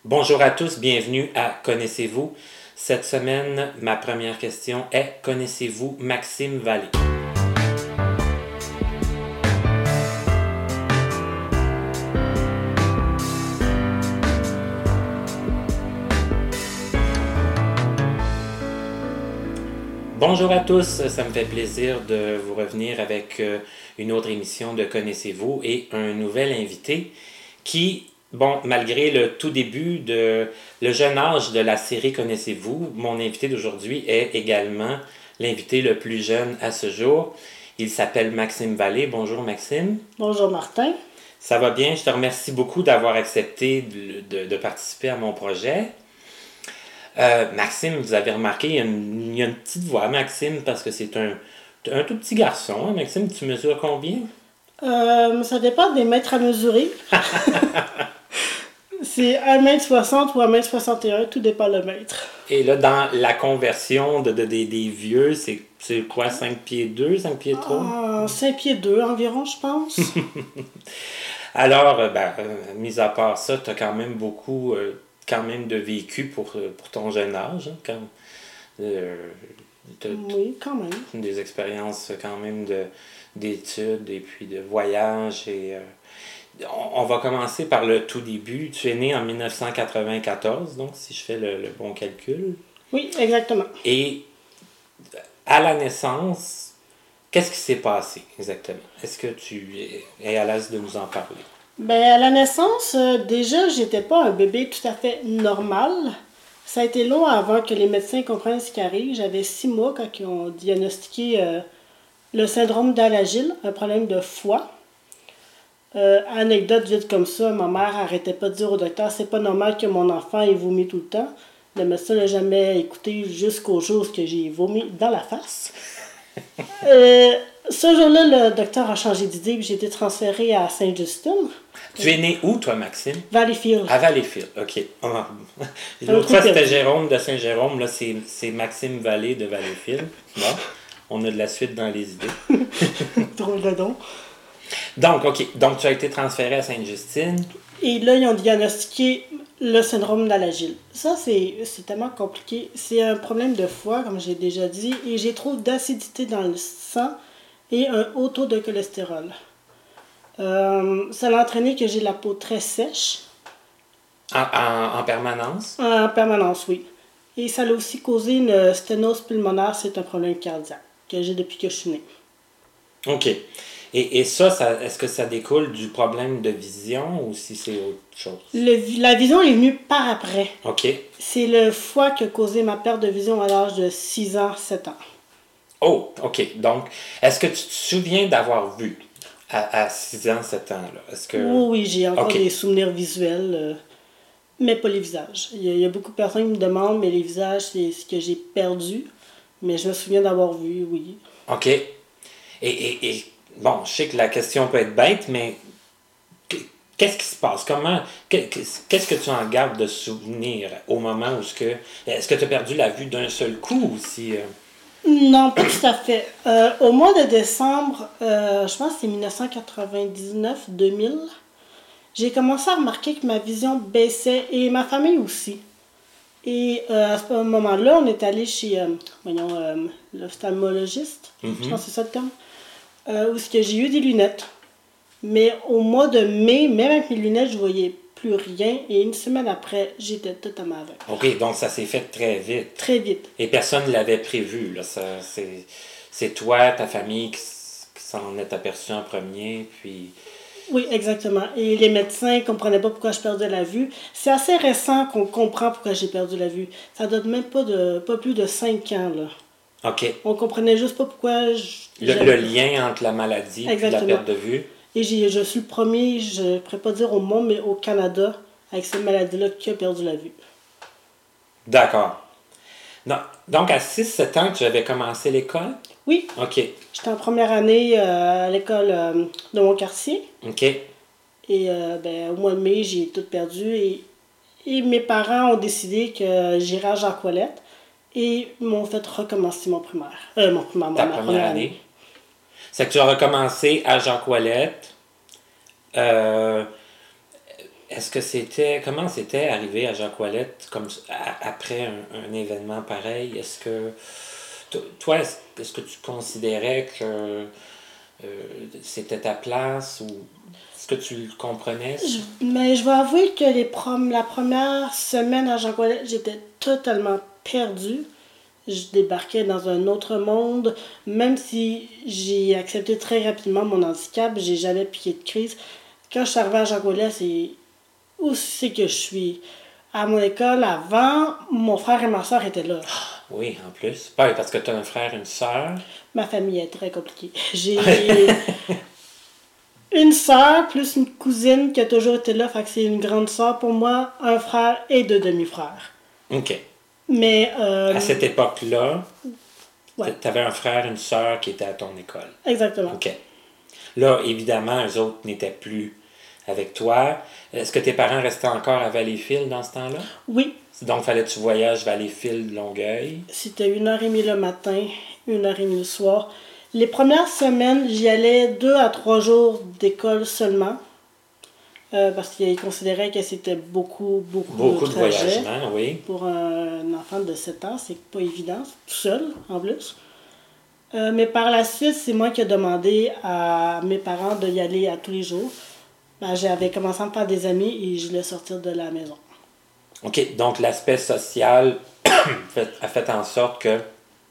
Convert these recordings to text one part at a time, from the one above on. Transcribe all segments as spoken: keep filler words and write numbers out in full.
Bonjour à tous, bienvenue à Connaissez-vous. Cette semaine, ma première question est: connaissez-vous Maxime Vallée? Bonjour à tous, ça me fait plaisir de vous revenir avec une autre émission de Connaissez-vous et un nouvel invité qui, bon, malgré le tout début de le jeune âge de la série Connaissez-vous, mon invité d'aujourd'hui est également l'invité le plus jeune à ce jour. Il s'appelle Maxime Vallée. Bonjour Maxime. Bonjour Martin. Ça va bien, je te remercie beaucoup d'avoir accepté de, de, de participer à mon projet. Euh, Maxime, vous avez remarqué, il y, a une, il y a une petite voix, Maxime, parce que c'est un, un tout petit garçon. Hein? Maxime, tu mesures combien? Euh, ça dépend des mètres à mesurer. C'est un mètre soixante ou un mètre soixante et un, tout dépend le mètre. Et là, dans la conversion de, de, de des vieux, c'est, c'est quoi, cinq pieds deux, cinq pieds trois? Euh, cinq pieds deux environ, je pense. Alors, ben, euh, mis à part ça, tu as quand même beaucoup... Euh, quand même de vécu pour, pour ton jeune âge. Hein, quand, euh, oui, quand même. Des expériences quand même de, d'études et puis de voyages. Et, euh, on, on va commencer par le tout début. Tu es né en dix-neuf cent quatre-vingt-quatorze, donc si je fais le, le bon calcul. Oui, exactement. Et à la naissance, qu'est-ce qui s'est passé exactement? Est-ce que tu es à l'aise de nous en parler? Ben, à la naissance, euh, déjà, j'étais pas un bébé tout à fait normal. Ça a été long avant que les médecins comprennent ce qui arrive. J'avais six mois quand ils ont diagnostiqué euh, le syndrome d'Alagille, un problème de foie. Euh, anecdote vite comme ça, ma mère arrêtait pas de dire au docteur: c'est pas normal que mon enfant ait vomi tout le temps. Le médecin n'a jamais écouté jusqu'au jour où j'ai vomi dans la face. euh, ce jour-là, le docteur a changé d'idée et j'ai été transférée à Saint-Justin. Tu es né où, toi, Maxime? Valleyfield. À Valleyfield, OK. L'autre fois, c'était Jérôme de Saint-Jérôme. Là, c'est, c'est Maxime Vallée de Valleyfield. Bon, on a de la suite dans les idées. Drôle de don. Donc, OK. Donc, tu as été transféré à Sainte-Justine. Et là, ils ont diagnostiqué le syndrome d'Alagille. Ça, c'est, c'est tellement compliqué. C'est un problème de foie, comme j'ai déjà dit, et j'ai trop d'acidité dans le sang et un haut taux de cholestérol. Euh, ça a entraîné que j'ai la peau très sèche. En, en, en permanence? En permanence, oui. Et ça a aussi causé une sténose pulmonaire, c'est un problème cardiaque que j'ai depuis que je suis née. OK. Et, et ça, ça, est-ce que ça découle du problème de vision ou si c'est autre chose? Le, la vision est venue par après. OK. C'est le foie qui a causé ma perte de vision à l'âge de six ans, sept ans. Oh, OK. Donc, est-ce que tu te souviens d'avoir vu à, à six ans, sept ans? Là? Est-ce que... Oui, oui, j'ai encore okay. des souvenirs visuels, euh, mais pas les visages. Il y, a, il y a beaucoup de personnes qui me demandent, mais les visages, c'est ce que j'ai perdu. Mais je me souviens d'avoir vu, oui. OK. Et, et, et bon, je sais que la question peut être bête, mais qu'est-ce qui se passe? Comment, qu'est-ce que tu en gardes de souvenir au moment où... Est-ce que, est-ce que tu as perdu la vue d'un seul coup aussi? Euh... Non, pas tout à fait. Euh, au mois de décembre, euh, je pense que c'est dix-neuf cent quatre-vingt-dix-neuf deux mille, j'ai commencé à remarquer que ma vision baissait et ma famille aussi. Et euh, à ce moment-là, on est allé chez euh, voyons, euh, l'ophtalmologiste, mm-hmm. je pense que c'est ça le terme, euh, où j'ai eu des lunettes. Mais au mois de mai, même avec mes lunettes, je voyais plus rien. Et une semaine après, j'étais totalement aveugle. OK, donc ça s'est fait très vite. Très vite. Et personne ne l'avait prévu. Là. Ça, c'est, c'est toi, ta famille qui, qui s'en est aperçu en premier. Puis... Oui, exactement. Et les médecins ne comprenaient pas pourquoi je perdais la vue. C'est assez récent qu'on comprend pourquoi j'ai perdu la vue. Ça date même pas de pas plus de cinq ans. Là. OK. On comprenait juste pas pourquoi... Je, le, le lien entre la maladie et la perte de vue. Et j'ai, je suis le premier, je ne pourrais pas dire au monde, mais au Canada, avec cette maladie-là, qui a perdu la vue. D'accord. Non, donc, à six sept ans, tu avais commencé l'école? Oui. OK. J'étais en première année euh, à l'école euh, de mon quartier. OK. Et euh, ben, au mois de mai, j'ai tout perdu. Et, et mes parents ont décidé que j'irais à Jacques-Ouellette et m'ont fait recommencer mon primaire. Euh, mon primaire, Ta ma première, première année. année. C'est que tu as recommencé à Jacques-Ouellette. Euh, est-ce que c'était... Comment c'était arrivé à Jacques Ouellette comme, à- après un, un événement pareil? Est-ce que... to- Toi, est-ce, est-ce que tu considérais que euh, c'était ta place ou est-ce que tu le comprenais? Je- mais je vais avouer que les prom- la première semaine à Jean Collet, j'étais totalement perdue. Je débarquais dans un autre monde. Même si j'ai accepté très rapidement mon handicap, j'ai jamais piqué de crise. Quand je suis arrivée à Jean Collet, c'est où c'est que je suis. À mon école, avant, mon frère et ma soeur étaient là. Oui, en plus. Ben, parce que tu as un frère et une sœur. Ma famille est très compliquée. J'ai une sœur plus une cousine qui a toujours été là, fait que c'est une grande sœur pour moi, un frère et deux demi-frères. OK. Mais, euh, À cette époque-là, ouais, tu avais un frère et une sœur qui étaient à ton école. exactement. OK. Là, évidemment, eux autres n'étaient plus avec toi. Est-ce que tes parents restaient encore à Valleyfield dans ce temps-là? Oui, Donc, fallait que tu voyages Valleyfield, Longueuil. c'était une heure et demie le matin, une heure et demie le soir. Les premières semaines, j'y allais deux à trois jours d'école seulement. Euh, parce qu'ils considéraient que c'était beaucoup, beaucoup, Beaucoup de de trajet. voyagements, oui. Pour un enfant de sept ans, c'est pas évident, tout seul en plus. Euh, mais par la suite, c'est moi qui ai demandé à mes parents d'y aller à tous les jours. Ben, j'avais commencé à me faire des amis et je voulais sortir de la maison. OK. Donc, l'aspect social fait- a fait en sorte que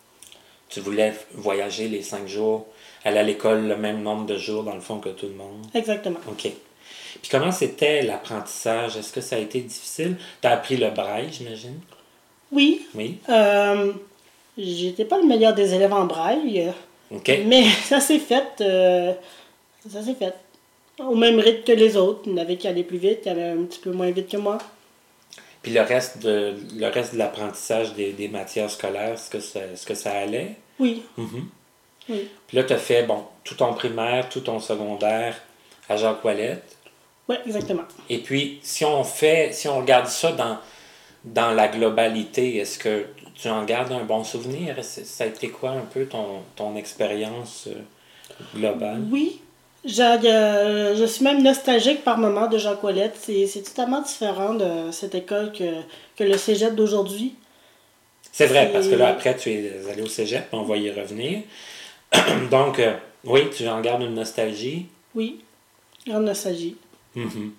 tu voulais voyager les cinq jours, aller à l'école le même nombre de jours, dans le fond, que tout le monde. Exactement. OK. Puis comment c'était l'apprentissage? Est-ce que ça a été difficile? Tu as appris le braille, j'imagine? Oui, Oui. euh, j'étais pas le meilleur des élèves en braille, OK. mais ça s'est fait. euh, ça s'est fait. Au même rythme que les autres. Il y en avait qui allaient plus vite, il y avait un petit peu moins vite que moi. Puis le reste de, le reste de l'apprentissage des, des matières scolaires, est-ce que ça, est-ce que ça allait? Oui, Mhm. oui. Puis là, tu as fait, bon, tout ton primaire, tout ton secondaire à Jacques Ouellette. Oui, exactement. Et puis, si on fait, si on regarde ça dans, dans la globalité, est-ce que tu en gardes un bon souvenir? C'est- Ça a été quoi un peu ton, ton expérience euh, globale? Oui, je, euh, je suis même nostalgique par moment de Jacques Ouellette. C'est, c'est totalement différent de cette école que, que le cégep d'aujourd'hui. C'est vrai, C'est- parce que là, après, tu es allé au cégep, on va y revenir. Donc, euh, oui, tu en gardes une nostalgie. Oui, grande nostalgie. Mhm.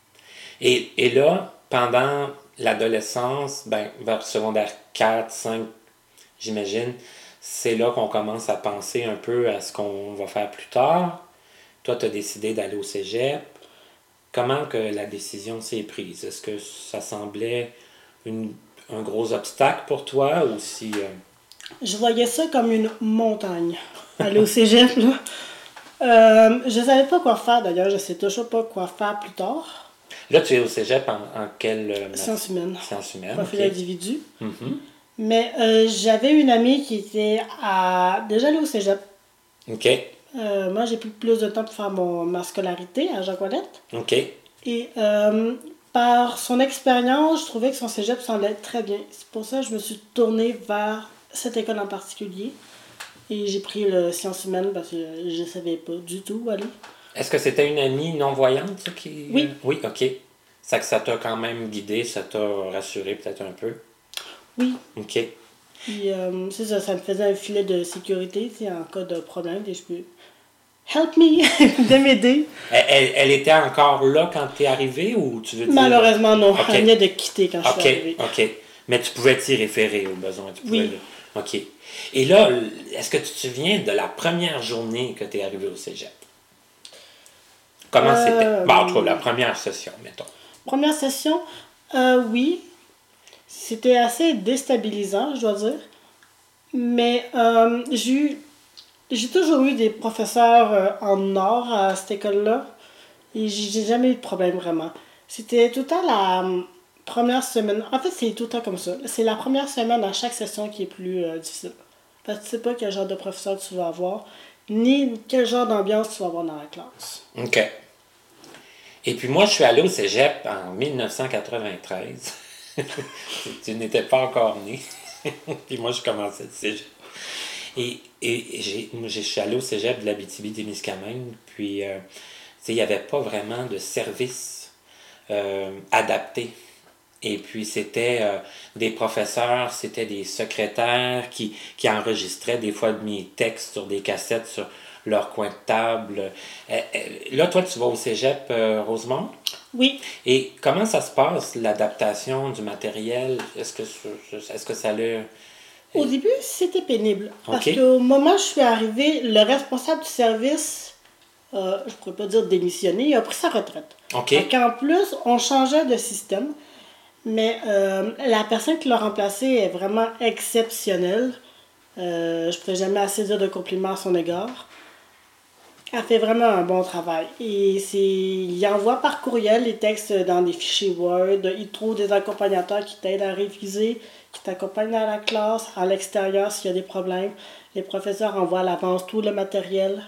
Et, et là, pendant l'adolescence, ben, vers secondaire quatre cinq j'imagine, c'est là qu'on commence à penser un peu à ce qu'on va faire plus tard. Toi, tu as décidé d'aller au cégep. Comment que la décision s'est prise? Est-ce que ça semblait une- un gros obstacle pour toi ou si... euh, Je voyais ça comme une montagne. Aller au cégep, là. Euh, je savais pas quoi faire d'ailleurs. Je sais toujours pas quoi faire plus tard. Là, tu es au cégep en, en quelle... euh, mat- Sciences humaines. Sciences humaines, Profil ok. d'individu. Mhm. Mais euh, j'avais une amie qui était à... déjà allée au cégep. OK, Euh, moi, j'ai pris plus de temps pour faire mon, ma scolarité à Jacques Ouellette. OK. Et euh, par son expérience, je trouvais que son cégep semblait très bien. C'est pour ça que je me suis tournée vers cette école en particulier. Et j'ai pris le sciences humaines parce que je ne savais pas du tout où aller. Est-ce que c'était une amie non-voyante, ça, qui... Oui. euh, Oui, OK. Ça que ça t'a quand même guidé, ça t'a rassuré peut-être un peu. Oui. OK. Puis euh, c'est ça, ça me faisait un filet de sécurité, tu sais, en cas de problème. Et je peux... Help me! de m'aider. Elle, elle- elle était encore là quand t'es arrivé ou tu veux dire... Malheureusement, non. OK. Elle venait de quitter quand je OK, suis arrivée. OK. Mais tu pouvais t'y référer au besoin. Tu pouvais Oui. le- OK. Et là, est-ce que tu te souviens de la première journée que tu es arrivé au cégep? Comment Euh, c'était? Bon, en tout cas, la première session, mettons. Première session, euh, oui. C'était assez déstabilisant, je dois dire. Mais euh, j'ai eu... J'ai toujours eu des professeurs euh, en or à cette école-là. Et j'ai j'ai jamais eu de problème vraiment. C'était tout le temps la euh, première semaine. En fait, c'est tout le temps comme ça. C'est la première semaine à chaque session qui est plus euh, difficile. Parce que tu sais pas quel genre de professeur tu vas avoir, ni quel genre d'ambiance tu vas avoir dans la classe. OK. Et puis moi, je suis allé au cégep en dix-neuf cent quatre-vingt-treize. Tu n'étais pas encore né. Puis moi, je commençais le cégep. Et, et j'ai, moi, je suis allé au cégep de l'Abitibi-Témiscamingue. Puis, euh, tu sais, il n'y avait pas vraiment de service euh, adapté. Et puis, c'était euh, des professeurs, c'était des secrétaires qui, qui enregistraient des fois mes textes sur des cassettes sur leur coin de table. Euh, euh, là, toi, tu vas au cégep, euh, Rosemont? Oui. Et comment ça se passe, l'adaptation du matériel? Est-ce que, est-ce que ça l'a... Au début, c'était pénible. Parce OK. qu'au moment où je suis arrivée, le responsable du service, euh, je ne pourrais pas dire démissionné, il a pris sa retraite. OK. Donc, en plus, on changeait de système. Mais euh, la personne qui l'a remplacé est vraiment exceptionnelle. Euh, je ne pourrais jamais assez dire de compliments à son égard. Elle fait vraiment un bon travail. Et c'est, il envoie par courriel les textes dans des fichiers Word. Il trouve des accompagnateurs qui t'aident à réviser, qui t'accompagnent à la classe, à l'extérieur s'il y a des problèmes. Les professeurs envoient à l'avance tout le matériel.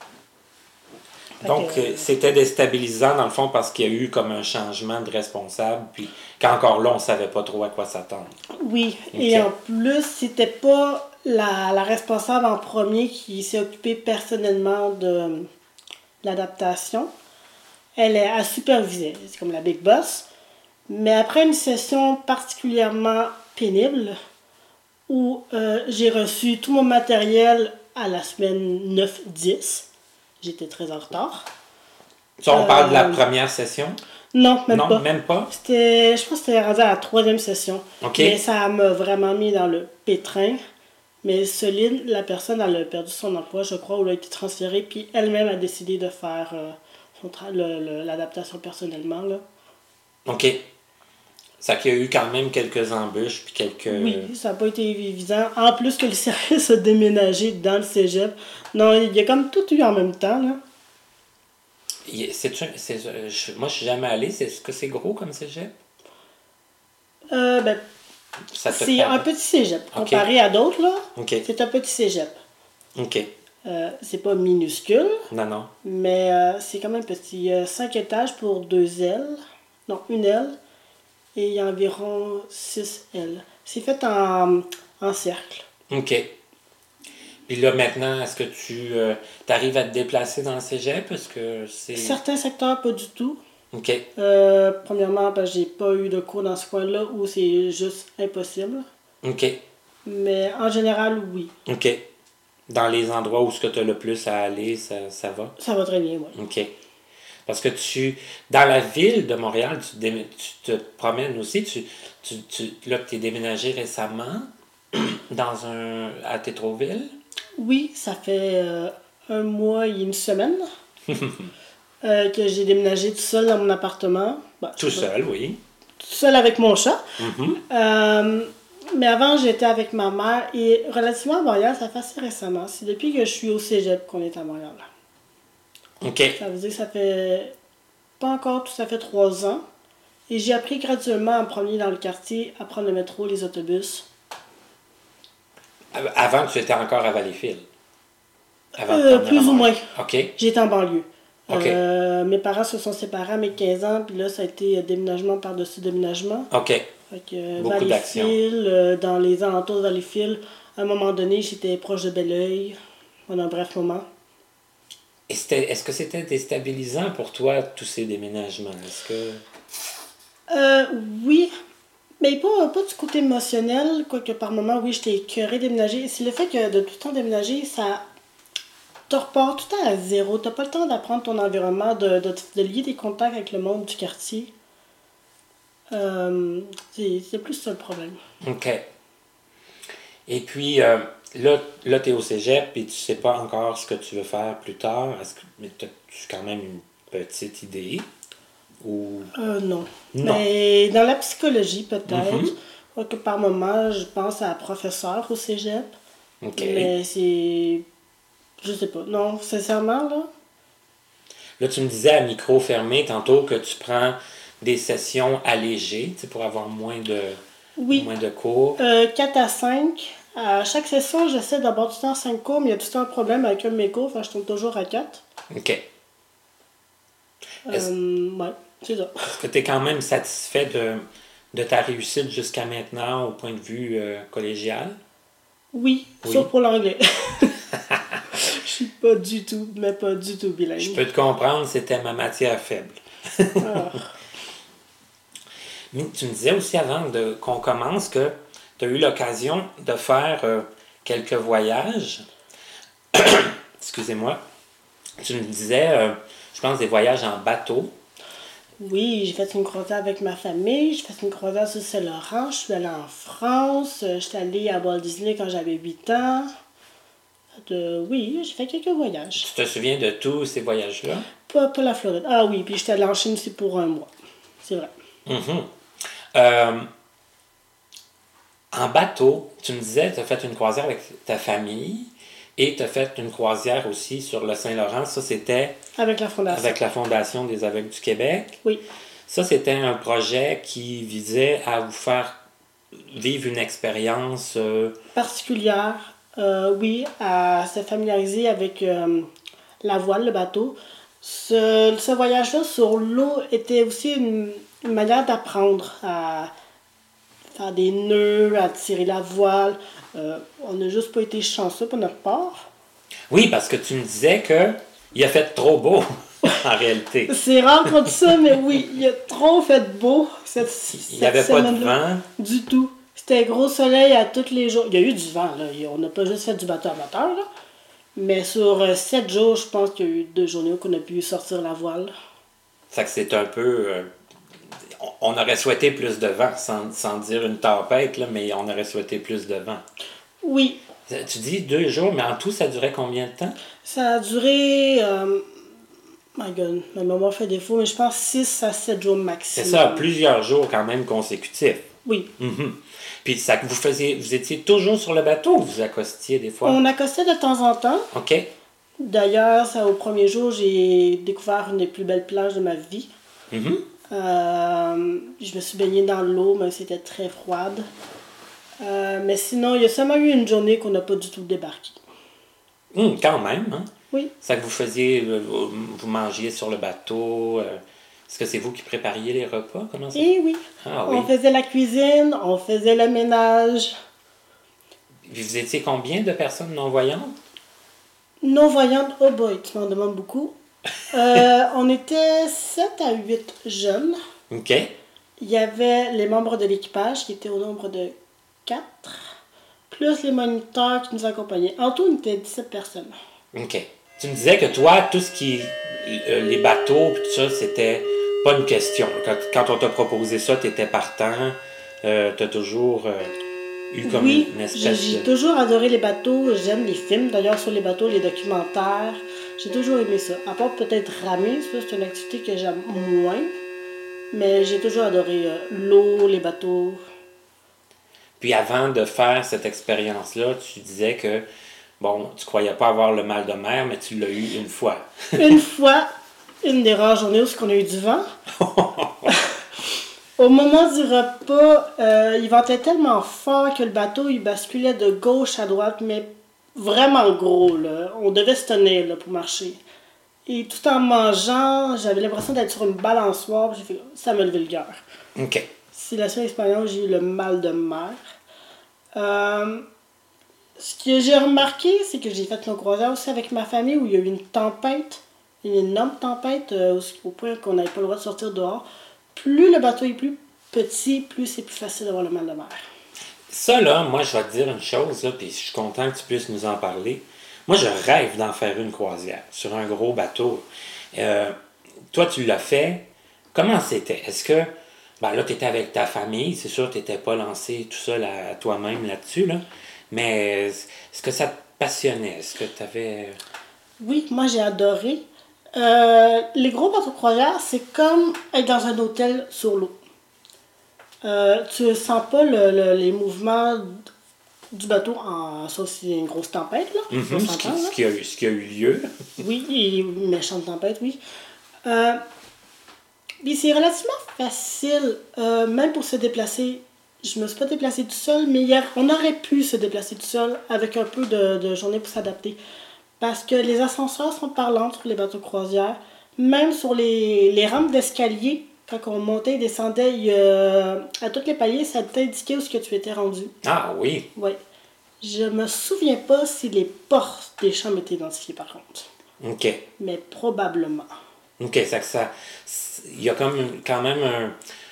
Donc, que, c'était déstabilisant, dans le fond, parce qu'il y a eu comme un changement de responsable, puis qu'encore là, on ne savait pas trop à quoi s'attendre. Oui, Okay. Et en plus, c'était pas la, la responsable en premier qui s'est occupée personnellement de l'adaptation. Elle, elle supervisait, c'est comme la big boss. Mais après une session particulièrement pénible, où euh, j'ai reçu tout mon matériel à la semaine neuf dix, j'étais très en retard. Ça, on euh, parle de la Euh, première session? Non, même non, pas. même pas? C'était, je pense que c'était rendu à la troisième session. OK. Mais ça m'a vraiment mis dans le pétrin. Mais Céline, la personne, elle a perdu son emploi, je crois, ou elle a été transférée, puis elle-même a décidé de faire euh, son tra- le, le, l'adaptation personnellement. Là. OK. Ça qu'il y a eu quand même quelques embûches, puis quelques... Oui, ça n'a pas été évident. En plus que le service a déménagé dans le cégep. Non, il y a comme tout eu en même temps, là. C'est, c'est, je, moi, je suis jamais allé. C'est, est-ce que c'est gros comme cégep? Euh, ben, ça te c'est paraît? un petit cégep. Okay. Comparé à d'autres, là, okay. c'est un petit cégep. OK. Euh, c'est pas minuscule. Non, non. Mais euh, c'est quand même petit. Il y a cinq étages pour deux ailes. Non, une aile. Et il y a environ six ailes. C'est fait en, en cercle. OK. Puis là, maintenant, est-ce que tu euh, arrives à te déplacer dans le cégep? Parce que c'est... Certains secteurs, pas du tout. OK. Euh, premièrement, parce que j'ai pas eu de cours dans ce coin-là où c'est juste impossible. OK. Mais en général, oui. OK. Dans les endroits où tu as le plus à aller, ça, ça va? Ça va très bien, oui. OK. Parce que tu, dans la ville de Montréal, tu, dé, tu te promènes aussi. Tu, tu, tu, là, tu es déménagé récemment dans un, à Tétroville. Oui, ça fait euh, un mois et une semaine euh, que j'ai déménagé tout seul dans mon appartement. Ben, tout seul, pas, oui. Tout seul avec mon chat. Mm-hmm. Euh, mais avant, j'étais avec ma mère. Et relativement à Montréal, ça fait assez récemment. C'est depuis que je suis au cégep qu'on est à Montréal. OK. Ça veut dire que ça fait pas encore tout à fait trois ans. Et j'ai appris graduellement à me promener dans le quartier, à prendre le métro, les autobus. Avant, tu étais encore à Valleyfield? Avant euh, plus ou moins. OK. J'étais en banlieue. OK. Euh, mes parents se sont séparés à mes quinze ans, puis là, ça a été déménagement par-dessus déménagement. OK. Fait que, beaucoup d'action. Euh, dans les alentours de Valleyfield, à un moment donné, j'étais proche de Belleuil, pendant un bref moment. Et c'était, est-ce que c'était déstabilisant pour toi, tous ces déménagements? Est-ce que... Euh, oui, mais pas, pas du côté émotionnel, quoique par moment, oui, j'étais écœurée de déménager. C'est le fait que de tout le temps déménager, ça te repart tout le temps à zéro. T'as pas le temps d'apprendre ton environnement, de, de, de lier des contacts avec le monde du quartier. Euh, c'est, c'est plus ça le problème. OK. Et puis, euh, là, là tu es au cégep et tu sais pas encore ce que tu veux faire plus tard. Est-ce que, mais tu as quand même une petite idée? Ou... Euh, non. non. Mais dans la psychologie, peut-être. Mm-hmm. Que par moment, je pense à professeur au cégep. OK. Mais c'est... Je sais pas. Non, sincèrement, là. Là, tu me disais à micro fermé tantôt que tu prends des sessions allégées, tu sais, pour avoir moins de, oui. moins de cours. Euh, quatre à cinq. À chaque session, j'essaie d'avoir tout le temps cinq cours, mais il y a tout le temps un problème avec un de mes cours, enfin, je tombe toujours à quatre. OK. Est-ce, euh, ouais, c'est ça. Est-ce que tu es quand même satisfait de, de ta réussite jusqu'à maintenant au point de vue euh, collégial? Oui, oui, sauf pour l'anglais. Je suis pas du tout, mais pas du tout bilingue. Je peux te comprendre, c'était ma matière faible. ah. Tu me disais aussi avant de, qu'on commence que tu as eu l'occasion de faire euh, quelques voyages. Excusez-moi. Tu me disais, euh, je pense, des voyages en bateau. Oui, j'ai fait une croisière avec ma famille, j'ai fait une croisière sur Saint-Laurent, je suis allée en France, euh, je suis allée à Walt Disney quand j'avais huit ans. De, oui, j'ai fait quelques voyages. Tu te souviens de tous ces voyages-là? Pas, pas la Floride. Ah oui, puis j'étais allée en Chine aussi pour un mois. C'est vrai. Mm-hmm. Euh, en bateau, tu me disais, tu as fait une croisière avec ta famille et tu as fait une croisière aussi sur le Saint-Laurent. Ça, c'était Avec la Fondation. avec la Fondation des aveugles du Québec. Oui. Ça, c'était un projet qui visait à vous faire vivre une expérience euh, particulière, euh, oui, à se familiariser avec euh, la voile, le bateau. Ce, ce voyage-là sur l'eau était aussi une, une manière d'apprendre à faire des nœuds, à tirer la voile. Euh, on n'a juste pas été chanceux pour notre part. Oui, parce que tu me disais que il a fait trop beau, en réalité. C'est rare qu'on dit ça, mais oui, il a trop fait beau cette, Il n'y avait pas de vent. Du tout. C'était gros soleil à tous les jours. Il y a eu du vent, là. On n'a pas juste fait du bateau à moteur, là. Mais sur euh, sept jours, je pense qu'il y a eu deux journées où on a pu sortir la voile. Ça que c'est un peu... Euh, on aurait souhaité plus de vent, sans, sans dire une tempête, là, mais on aurait souhaité plus de vent. Oui. Tu dis deux jours, mais en tout, ça durait combien de temps? Ça a duré... Euh, my God, ma mémoire fait défaut, mais je pense six à sept jours maximum. C'est ça, plusieurs jours quand même consécutifs. Oui. Mm-hmm. Puis ça, vous faisiez, vous étiez toujours sur le bateau ou vous accostiez des fois? On accostait de temps en temps. OK. D'ailleurs, ça, au premier jour, j'ai découvert une des plus belles plages de ma vie. Mm-hmm. Euh, je me suis baignée dans l'eau, mais c'était très froide. Euh, mais sinon, il y a seulement eu une journée qu'on n'a pas du tout débarqué. Hum, quand même, hein? Oui. Ça que vous faisiez, vous, vous mangiez sur le bateau. Euh, est-ce que c'est vous qui prépariez les repas? Comment ça? Eh oui. Ah oui. On faisait la cuisine, on faisait le ménage. Puis vous étiez combien de personnes non-voyantes? Non-voyantes, oh boy, tu m'en demandes beaucoup. Euh, on était sept à huit jeunes. OK. Il y avait les membres de l'équipage qui étaient au nombre de quatre, plus les moniteurs qui nous accompagnaient. En tout, on était dix-sept personnes. OK. Tu me disais que toi, tout ce qui... Euh, les bateaux, tout ça, c'était pas une question. Quand, quand on t'a proposé ça, t'étais partant. Euh, t'as toujours euh, eu comme oui, une espèce j'ai de... toujours adoré les bateaux. J'aime les films, d'ailleurs, sur les bateaux, les documentaires. J'ai toujours aimé ça. À part peut-être ramer, ça, c'est une activité que j'aime moins. Mais j'ai toujours adoré euh, l'eau, les bateaux. Puis avant de faire cette expérience-là, tu disais que, bon, tu croyais pas avoir le mal de mer, mais tu l'as eu une fois. Une fois, une des rares journées où on a eu du vent. Au moment du repas, euh, il ventait tellement fort que le bateau, il basculait de gauche à droite, mais vraiment gros, là. On devait se tenir, là, pour marcher. Et tout en mangeant, j'avais l'impression d'être sur une balançoire. J'ai fait, ça me levait le cœur. OK. C'est la seule expérience où j'ai eu le mal de mer. Euh, ce que j'ai remarqué, c'est que j'ai fait une croisière aussi avec ma famille où il y a eu une tempête, une énorme tempête, euh, au point qu'on n'avait pas le droit de sortir dehors. Plus le bateau est plus petit, plus c'est plus facile d'avoir le mal de mer. Ça, là, moi, je vais te dire une chose, là, puis je suis content que tu puisses nous en parler. Moi, je rêve d'en faire une croisière sur un gros bateau. Euh, toi, tu l'as fait. Comment c'était? Est-ce que, ben là, tu étais avec ta famille, c'est sûr, tu n'étais pas lancé tout seul à, à toi-même là-dessus, là. Mais est-ce que ça te passionnait? Est-ce que tu avais... Oui, moi j'ai adoré. Euh, les gros bateaux croisières, c'est comme être dans un hôtel sur l'eau. Euh, tu ne sens pas le, le, les mouvements du bateau, en, sauf s'il y a une grosse tempête. Là. Mm-hmm, ce, qui, ce, qui a eu, ce qui a eu lieu. Oui, une méchante tempête, oui. Euh, puis c'est relativement facile, euh, même pour se déplacer. Je me suis pas déplacée tout seul, mais hier, on aurait pu se déplacer tout seul avec un peu de, de journée pour s'adapter. Parce que les ascenseurs sont parlants sur les bateaux croisières. Même sur les, les rampes d'escalier, quand on montait et descendait, il, euh, à tous les paliers, ça t'indiquait où ce que tu étais rendu. Ah oui. Oui. Je me souviens pas si les portes des chambres étaient identifiées par contre. OK. Mais probablement. OK, ça que ça... Il y a comme, quand même un,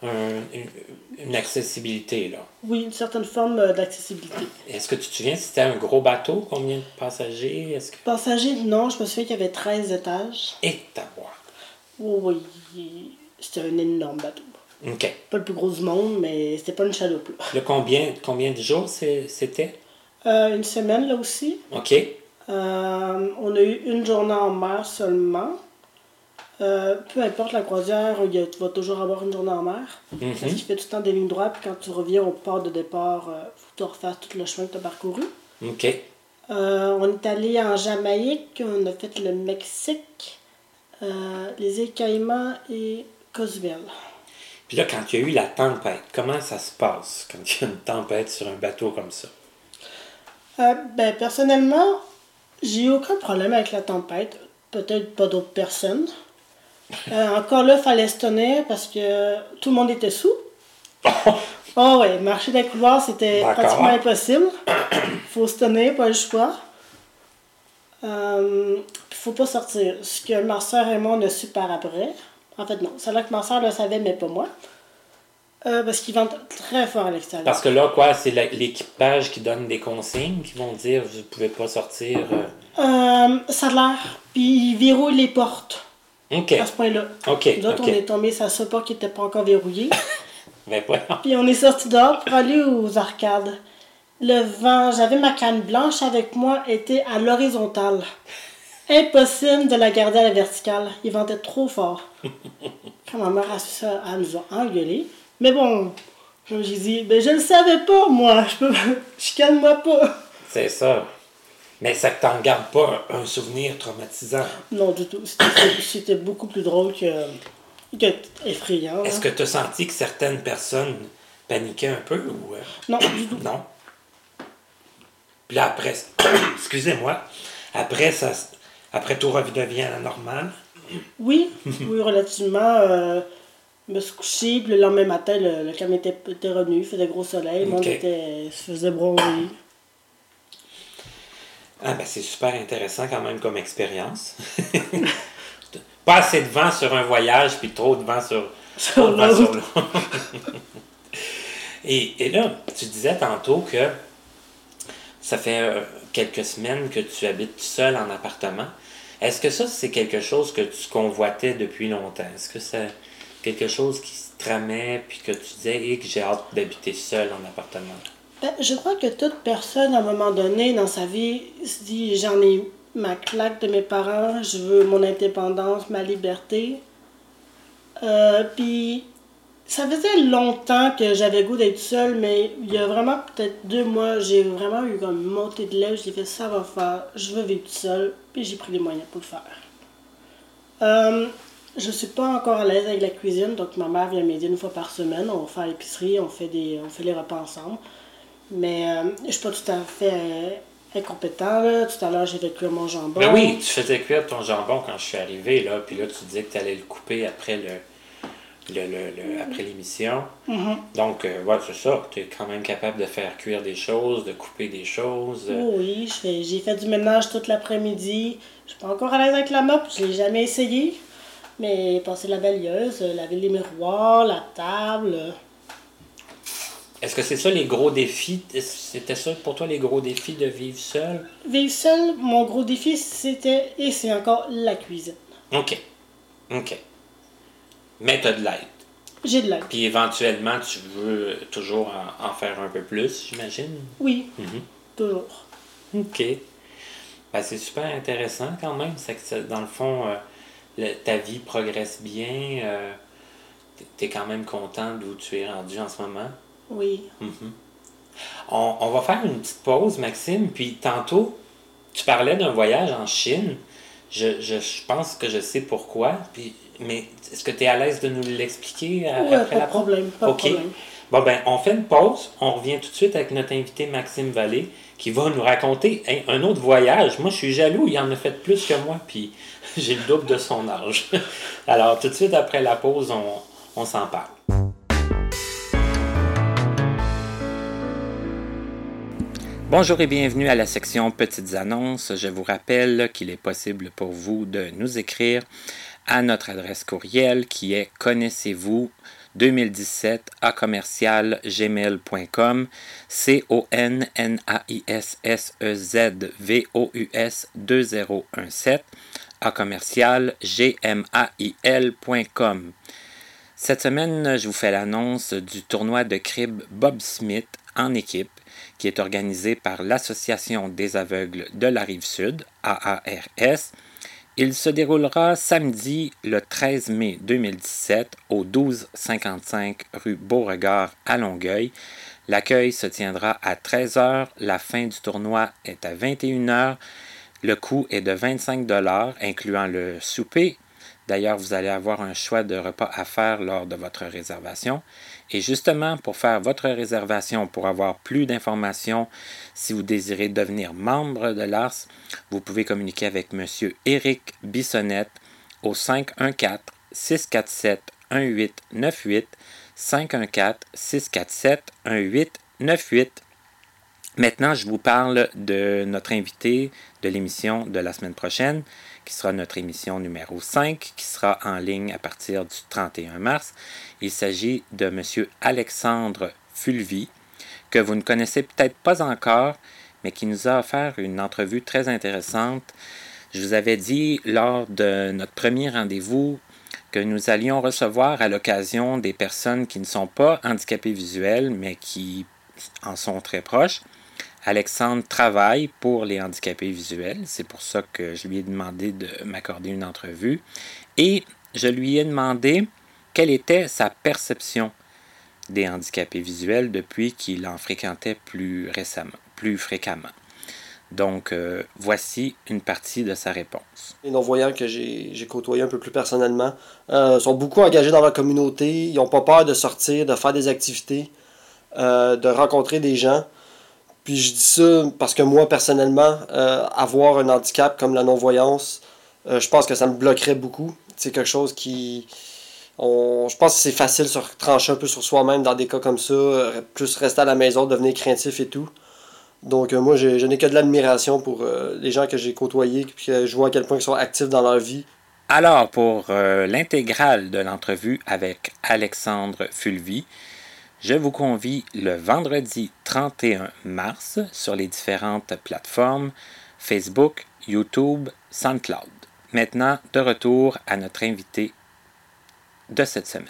un, une, une accessibilité, là. Oui, une certaine forme euh, d'accessibilité. Est-ce que tu te souviens si c'était un gros bateau? Combien de passagers? Est-ce que... Passagers, non, je me souviens qu'il y avait treize étages. Et ta boîte. Oui, oui, c'était un énorme bateau. OK. Pas le plus gros du monde, mais c'était pas une chaloupe. Là. Le combien, combien de jours c'est, c'était? Euh, une semaine, là aussi. OK. Euh, on a eu une journée en mer seulement. Euh, peu importe la croisière, il y a- tu vas toujours avoir une journée en mer. Mm-hmm. Parce qu'il fait tout le temps des lignes droites, puis quand tu reviens au port de départ, il euh, faut que tu refasses tout le chemin que tu as parcouru. OK. Euh, on est allé en Jamaïque, on a fait le Mexique, euh, les îles Caïmans et Cozumel. Puis là, quand il y a eu la tempête, comment ça se passe quand il y a une tempête sur un bateau comme ça? Euh, ben, personnellement, j'ai eu aucun problème avec la tempête. Peut-être pas d'autres personnes. Euh, encore là, il fallait se tenir parce que tout le monde était sous. Oh ouais, marcher dans les couloirs, c'était D'accord. pratiquement impossible. Faut se tenir, pas le choix. Euh, puis faut pas sortir. Ce que ma soeur et moi, on a su par après. En fait, non. C'est là que ma soeur le savait, mais pas moi. Euh, parce qu'ils vendent très fort à l'extérieur. Parce que là, quoi, c'est la- l'équipage qui donne des consignes, qui vont dire vous ne pouvez pas sortir. euh. Euh, ça a l'air. Puis ils verrouillent les portes. OK. À ce point-là. OK. Nous autres, OK. on est tombés sur ce port qui n'était pas encore verrouillé. Ben voilà. Puis on est sortis dehors pour aller aux arcades. Le vent, j'avais ma canne blanche avec moi, était à l'horizontale. Impossible de la garder à la verticale. Il ventait trop fort. Quand ma mère a su ça, elle nous a engueulé. Mais bon, j'ai dit, ben je le savais pas, moi. Je peux, je calme-moi pas. C'est ça. Mais ça ne t'en garde pas un souvenir traumatisant. Non, du tout. C'était, c'était beaucoup plus drôle que, que effrayant. Est-ce hein. que tu as senti que certaines personnes paniquaient un peu ou... euh, Non, du tout. Non. Puis là, après... Excusez-moi. Après, ça... Après, tout redevient à la normale. Oui, oui, relativement. Euh, je me suis couché, puis le lendemain matin, le, le calme était, était revenu, il faisait gros soleil, le monde Ok. était, se faisait bronzer. Ah ben c'est super intéressant quand même comme expérience. Pas assez de vent sur un voyage, puis trop de vent sur, trop de vent sur l'autre. et, et là, tu disais tantôt que ça fait euh, quelques semaines que tu habites seul en appartement. Est-ce que ça, c'est quelque chose que tu convoitais depuis longtemps? Est-ce que c'est quelque chose qui se tramait, puis que tu disais hey, que j'ai hâte d'habiter seul en appartement? Ben, je crois que toute personne, à un moment donné, dans sa vie, se dit, j'en ai ma claque de mes parents, je veux mon indépendance, ma liberté. Euh, puis, ça faisait longtemps que j'avais goût d'être seule, mais il y a vraiment peut-être deux mois, j'ai vraiment eu comme une montée de lèvres, j'ai fait ça va faire, je veux vivre seule, puis j'ai pris les moyens pour le faire. Euh, je suis pas encore à l'aise avec la cuisine, donc ma mère vient m'aider une fois par semaine, on fait l'épicerie, on fait des, on fait les repas ensemble. Mais euh, je suis pas tout à fait euh, incompétent. Là. Tout à l'heure, j'ai fait cuire mon jambon. Ben oui, tu faisais cuire ton jambon quand je suis arrivé, là, puis là, tu disais que tu allais le couper après le, le, le, le après l'émission. Mm-hmm. Donc, euh, ouais, c'est ça. Tu es quand même capable de faire cuire des choses, de couper des choses. Oh oui, je fais, j'ai fait du ménage toute l'après-midi. Je suis pas encore à l'aise avec la mop, je l'ai jamais essayé. Mais passer la balayeuse, laver les miroirs, la table. Est-ce que c'est ça les gros défis? C'était ça pour toi les gros défis de vivre seul? Vivre seul, mon gros défi, c'était, et c'est encore, la cuisine. OK. OK. Mais tu as de l'aide. J'ai de l'aide. Puis éventuellement, tu veux toujours en, en faire un peu plus, j'imagine? Oui, Mhm. toujours. OK. Ben, c'est super intéressant quand même. C'est que ça- dans le fond, euh, le- ta vie progresse bien. Euh, tu es quand même content d'où tu es rendu en ce moment. Oui. Mhm. On, on va faire une petite pause, Maxime. Puis tantôt, tu parlais d'un voyage en Chine. Je, je, je pense que je sais pourquoi. Puis, mais est-ce que tu es à l'aise de nous l'expliquer à- Ouais, après pas la de pause? problème, pas OK. de problème. Bon, ben, on fait une pause. On revient tout de suite avec notre invité Maxime Vallée qui va nous raconter hein, un autre voyage. Moi, je suis jaloux. Il en a fait plus que moi. Puis, j'ai le double de son âge. Alors, tout de suite après la pause, on, on s'en parle. Bonjour et bienvenue à la section Petites annonces. Je vous rappelle qu'il est possible pour vous de nous écrire à notre adresse courriel qui est connaissez-vous deux mille dix-sept à commercial gmail point com, C O N N A I S S E Z V O U S deux zéro un sept à commercial gmail point com. Cette semaine, je vous fais l'annonce du tournoi de crib Bob Smith en équipe qui est organisé par l'Association des aveugles de la Rive-Sud, A A R S. Il se déroulera samedi le treize mai deux mille dix-sept au douze cinquante-cinq rue Beauregard à Longueuil. L'accueil se tiendra à treize heures, la fin du tournoi est à vingt et une heures. Le coût est de vingt-cinq dollars, incluant le souper. D'ailleurs, vous allez avoir un choix de repas à faire lors de votre réservation. Et justement, pour faire votre réservation, pour avoir plus d'informations, si vous désirez devenir membre de l'A R S, vous pouvez communiquer avec M. Éric Bissonnette au cinq un quatre, six quatre sept, un huit neuf huit, cinq un quatre, six quatre sept, un huit neuf huit. Maintenant, je vous parle de notre invité de l'émission de la semaine prochaine, qui sera notre émission numéro cinq, qui sera en ligne à partir du trente et un mars. Il s'agit de M. Alexandre Fulvy, que vous ne connaissez peut-être pas encore, mais qui nous a offert une entrevue très intéressante. Je vous avais dit lors de notre premier rendez-vous que nous allions recevoir à l'occasion des personnes qui ne sont pas handicapées visuelles, mais qui en sont très proches. Alexandre travaille pour les handicapés visuels, c'est pour ça que je lui ai demandé de m'accorder une entrevue. Et je lui ai demandé quelle était sa perception des handicapés visuels depuis qu'il en fréquentait plus récemment, plus fréquemment. Donc, euh, voici une partie de sa réponse. Les non-voyants que j'ai, j'ai côtoyés un peu plus personnellement euh, sont beaucoup engagés dans leur communauté. Ils n'ont pas peur de sortir, de faire des activités, euh, de rencontrer des gens. Puis je dis ça parce que moi, personnellement, euh, avoir un handicap comme la non-voyance, euh, je pense que ça me bloquerait beaucoup. C'est quelque chose qui... On, je pense que c'est facile de se trancher un peu sur soi-même dans des cas comme ça, euh, plus rester à la maison, devenir craintif et tout. Donc euh, moi, j'ai, je n'ai que de l'admiration pour euh, les gens que j'ai côtoyés, puis euh, je vois à quel point ils sont actifs dans leur vie. Alors, pour euh, l'intégrale de l'entrevue avec Alexandre Fulvy, je vous convie le vendredi trente et un mars sur les différentes plateformes Facebook, YouTube, SoundCloud. Maintenant, de retour à notre invité de cette semaine.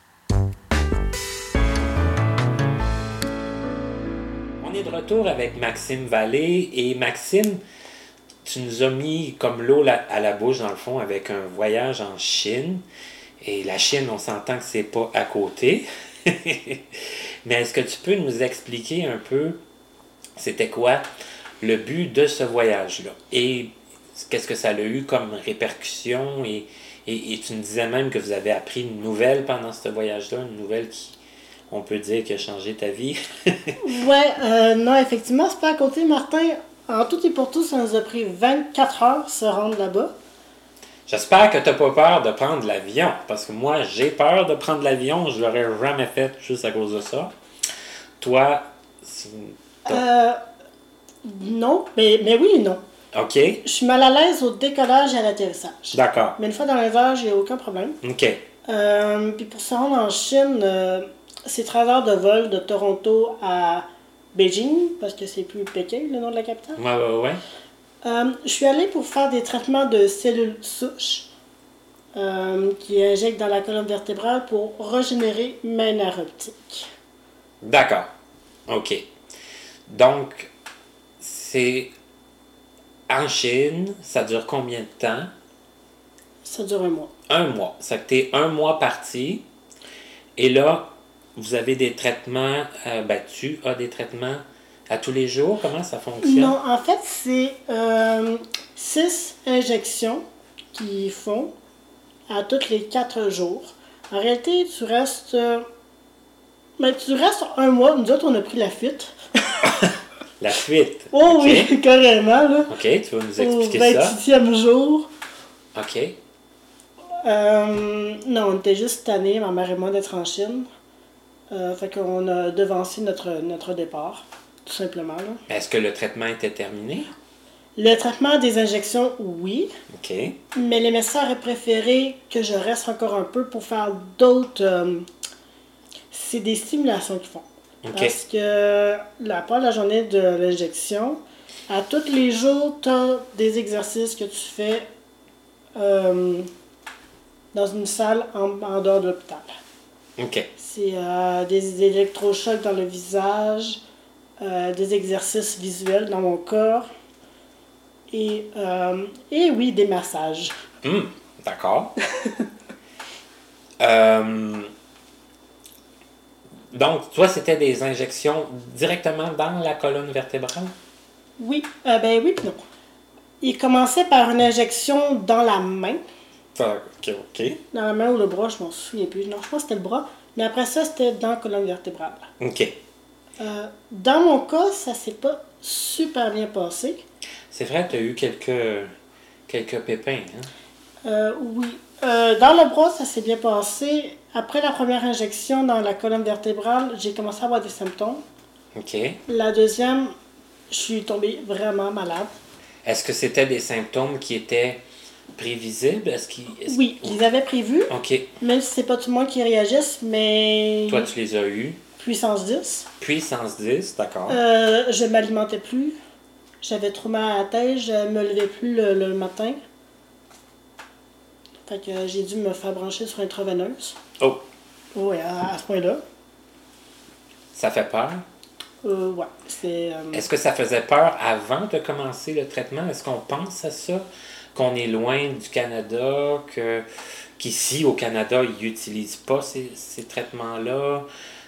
On est de retour avec Maxime Vallée. Et Maxime, tu nous as mis comme l'eau à la bouche, dans le fond, avec un voyage en Chine. Et la Chine, on s'entend que c'est pas à côté. Mais est-ce que tu peux nous expliquer un peu c'était quoi le but de ce voyage-là? Et qu'est-ce que ça a eu comme répercussion? Et, et, et tu me disais même que vous avez appris une nouvelle pendant ce voyage-là, une nouvelle qui, on peut dire, qui a changé ta vie. Ouais, euh, non, effectivement, c'est pas à côté, Martin. En tout et pour tout, ça nous a pris vingt-quatre heures se rendre là-bas. J'espère que tu n'as pas peur de prendre l'avion, parce que moi, j'ai peur de prendre l'avion. Je ne l'aurais jamais fait juste à cause de ça. Toi, euh, non, mais, mais oui et non. OK. Je suis mal à l'aise au décollage et à l'atterrissage. D'accord. Mais une fois dans les airs, j'ai aucun problème. OK. Euh, puis pour se rendre en Chine, euh, c'est treize heures de vol de Toronto à Beijing, parce que c'est plus Pékin, le nom de la capitale. Ouais, ouais, ouais. Euh, je suis allée pour faire des traitements de cellules souches euh, qui injectent dans la colonne vertébrale pour régénérer mes nerfs optiques. D'accord. OK. Donc, c'est en Chine, ça dure combien de temps? Ça dure un mois. Un mois. Ça fait que t'es un mois parti. Et là, vous avez des traitements, euh, ben, tu as des traitements à tous les jours? Comment ça fonctionne? Non, en fait, c'est euh, six injections qu'ils font à tous les quatre jours. En réalité, tu restes... Euh, ben, tu restes un mois. Nous autres, on a pris la fuite. La fuite? Oh okay. Oui, carrément. Là. OK, tu vas nous expliquer Au ça. vingt-huitième jour. OK. Euh, non, on était juste tannés, ma mère et moi, d'être en Chine. Euh, fait qu'on a devancé notre, notre départ, tout simplement. Là. Est-ce que le traitement était terminé? Le traitement des injections, oui. OK. Mais les médecins auraient préféré que je reste encore un peu pour faire d'autres, euh, C'est des stimulations qu'ils font. OK. Parce que la part de la journée de l'injection, à tous les jours, tu as des exercices que tu fais euh, dans une salle en, en dehors de l'hôpital. OK. C'est euh, des électrochocs dans le visage, euh, des exercices visuels dans mon corps et, euh, et oui, des massages. Hum, d'accord. euh, donc, toi, c'était des injections directement dans la colonne vertébrale? Oui, euh, ben oui, puis non. Il commençait par une injection dans la main. Ah, OK, OK. Dans la main ou le bras, je m'en souviens plus. Non, je pense que c'était le bras. Mais après ça, c'était dans la colonne vertébrale. OK. Euh, dans mon cas, ça s'est pas super bien passé. C'est vrai que tu as eu quelques, quelques pépins, hein? Euh, oui. Euh, dans le bras, ça s'est bien passé. Après la première injection dans la colonne vertébrale, j'ai commencé à avoir des symptômes. OK. La deuxième, je suis tombée vraiment malade. Est-ce que c'était des symptômes qui étaient prévisibles? Est-ce qu'ils... est-ce- Oui, je les avais prévus, OK. même si c'est pas tout le monde qui réagisse, mais Toi, tu les as eus. puissance dix. Puissance dix, d'accord. Euh, je m'alimentais plus. J'avais trop mal à la tête, je me levais plus le, le matin. Fait que j'ai dû me faire brancher sur intraveineuse. Oh, Oui, à, à ce point-là. ça fait peur. Euh, ouais, c'est... euh, Est-ce que ça faisait peur avant de commencer le traitement? Est-ce qu'on pense à ça? Qu'on est loin du Canada, que, qu'ici au Canada, ils n'utilisent pas ces, ces traitements-là,